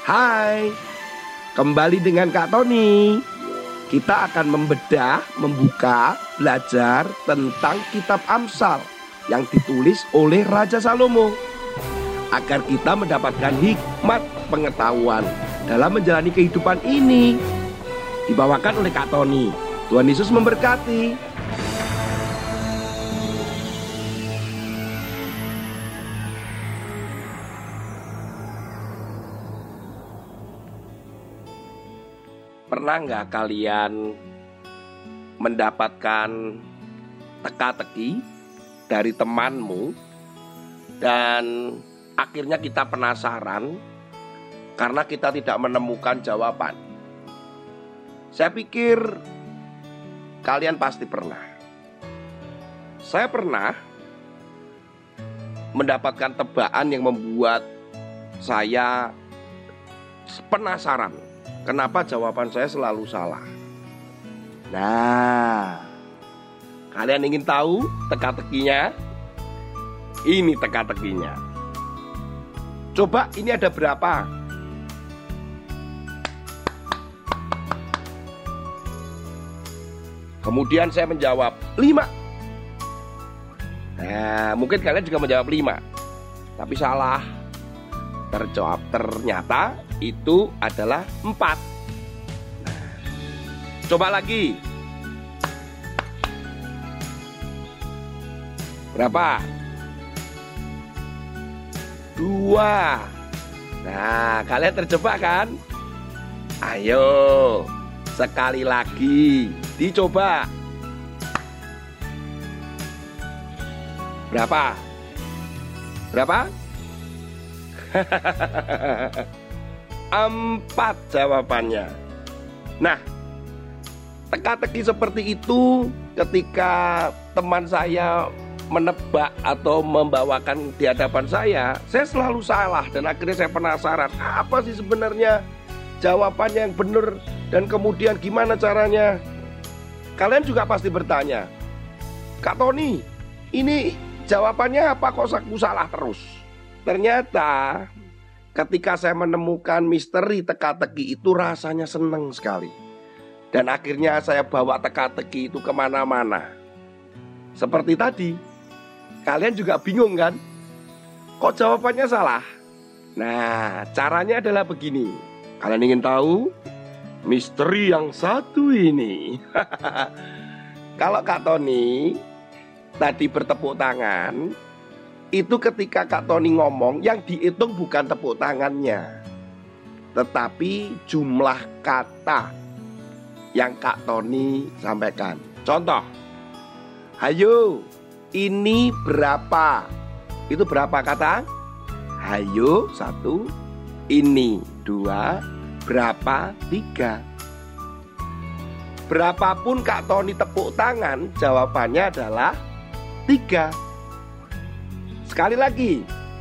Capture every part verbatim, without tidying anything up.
Hai, kembali dengan Kak Tony. Kita akan membedah, membuka, belajar tentang kitab Amsal yang ditulis oleh Raja Salomo, agar kita mendapatkan hikmat pengetahuan dalam menjalani kehidupan ini. Dibawakan oleh Kak Tony. Tuhan Yesus memberkati. Pernah nggak kalian mendapatkan teka-teki dari temanmu dan akhirnya kita penasaran karena kita tidak menemukan jawaban? Saya pikir kalian pasti pernah. Saya pernah mendapatkan tebakan yang membuat saya penasaran. Kenapa jawaban saya selalu salah? Nah, kalian ingin tahu teka-tekinya? Ini teka-tekinya. Coba ini ada berapa? Kemudian saya menjawab lima. Nah, mungkin kalian juga menjawab lima, tapi salah. Terjawab ternyata itu adalah empat. Nah, coba lagi. Berapa? Dua. Nah, kalian terjebak kan? Ayo, sekali lagi dicoba. Berapa? Berapa? Empat jawabannya. Nah, teka-teki seperti itu ketika teman saya menebak atau membawakan di hadapan saya, saya selalu salah dan akhirnya saya penasaran apa sih sebenarnya jawabannya yang benar dan kemudian gimana caranya. Kalian juga pasti bertanya, Kak Tony, ini jawabannya apa kok aku salah terus? Ternyata ketika saya menemukan misteri teka-teki itu rasanya senang sekali. Dan akhirnya saya bawa teka-teki itu kemana-mana. Seperti tadi, kalian juga bingung kan? Kok jawabannya salah? Nah, caranya adalah begini. Kalian ingin tahu misteri yang satu ini? Kalau Kak Tony tadi bertepuk tangan, itu ketika Kak Tony ngomong, yang dihitung bukan tepuk tangannya, tetapi jumlah kata yang Kak Tony sampaikan. Contoh, hayo, ini berapa? Itu berapa kata? Hayo, satu. Ini, dua. Berapa? Tiga. Berapapun Kak Tony tepuk tangan, jawabannya adalah tiga. Sekali lagi,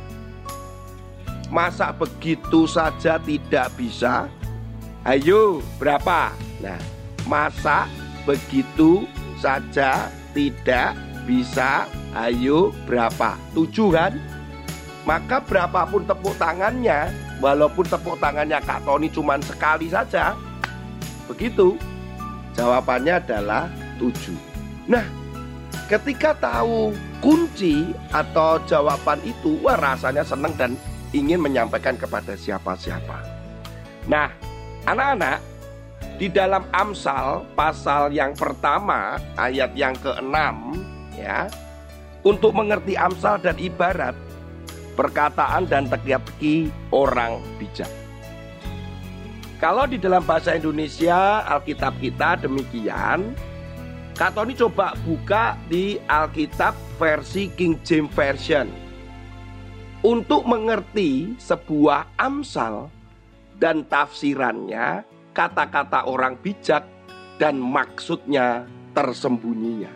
masa begitu saja tidak bisa? Ayo, berapa? Nah, masa begitu saja tidak bisa? Ayo, berapa? Tujuh kan? Maka berapapun tepuk tangannya, walaupun tepuk tangannya Kak Tony cuma sekali saja, begitu, jawabannya adalah tujuh. Nah, ketika tahu kunci atau jawaban itu, wah rasanya senang dan ingin menyampaikan kepada siapa-siapa. Nah, anak-anak, di dalam Amsal pasal yang pertama ayat yang keenam, ya, untuk mengerti Amsal dan ibarat perkataan dan teka-teki orang bijak. Kalau di dalam bahasa Indonesia Alkitab kita demikian, Kak Tony coba buka di Alkitab versi King James Version. Untuk mengerti sebuah Amsal dan tafsirannya, kata-kata orang bijak dan maksudnya tersembunyinya.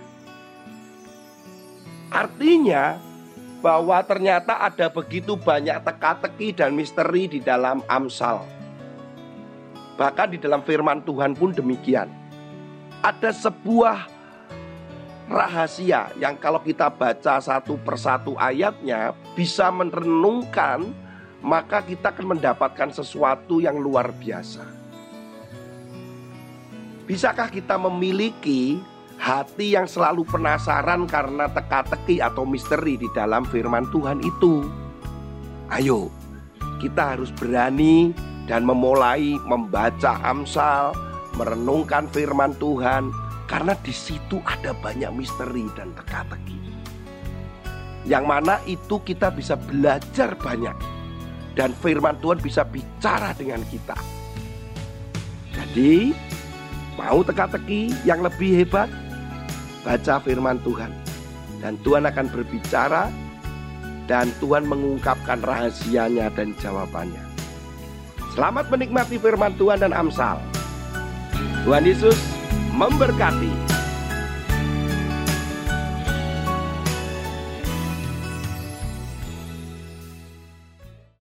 Artinya bahwa ternyata ada begitu banyak teka-teki dan misteri di dalam Amsal. Bahkan di dalam firman Tuhan pun demikian. Ada sebuah rahasia yang kalau kita baca satu persatu ayatnya bisa merenungkan maka kita akan mendapatkan sesuatu yang luar biasa. Bisakah kita memiliki hati yang selalu penasaran karena teka-teki atau misteri di dalam firman Tuhan itu? Ayo, kita harus berani dan memulai membaca Amsal, merenungkan firman Tuhan, karena di situ ada banyak misteri dan teka-teki. Yang mana itu kita bisa belajar banyak, dan firman Tuhan bisa bicara dengan kita. Jadi, mau teka-teki yang lebih hebat? Baca firman Tuhan, dan Tuhan akan berbicara, dan Tuhan mengungkapkan rahasianya dan jawabannya. Selamat menikmati firman Tuhan dan Amsal. Tuhan Yesus memberkati.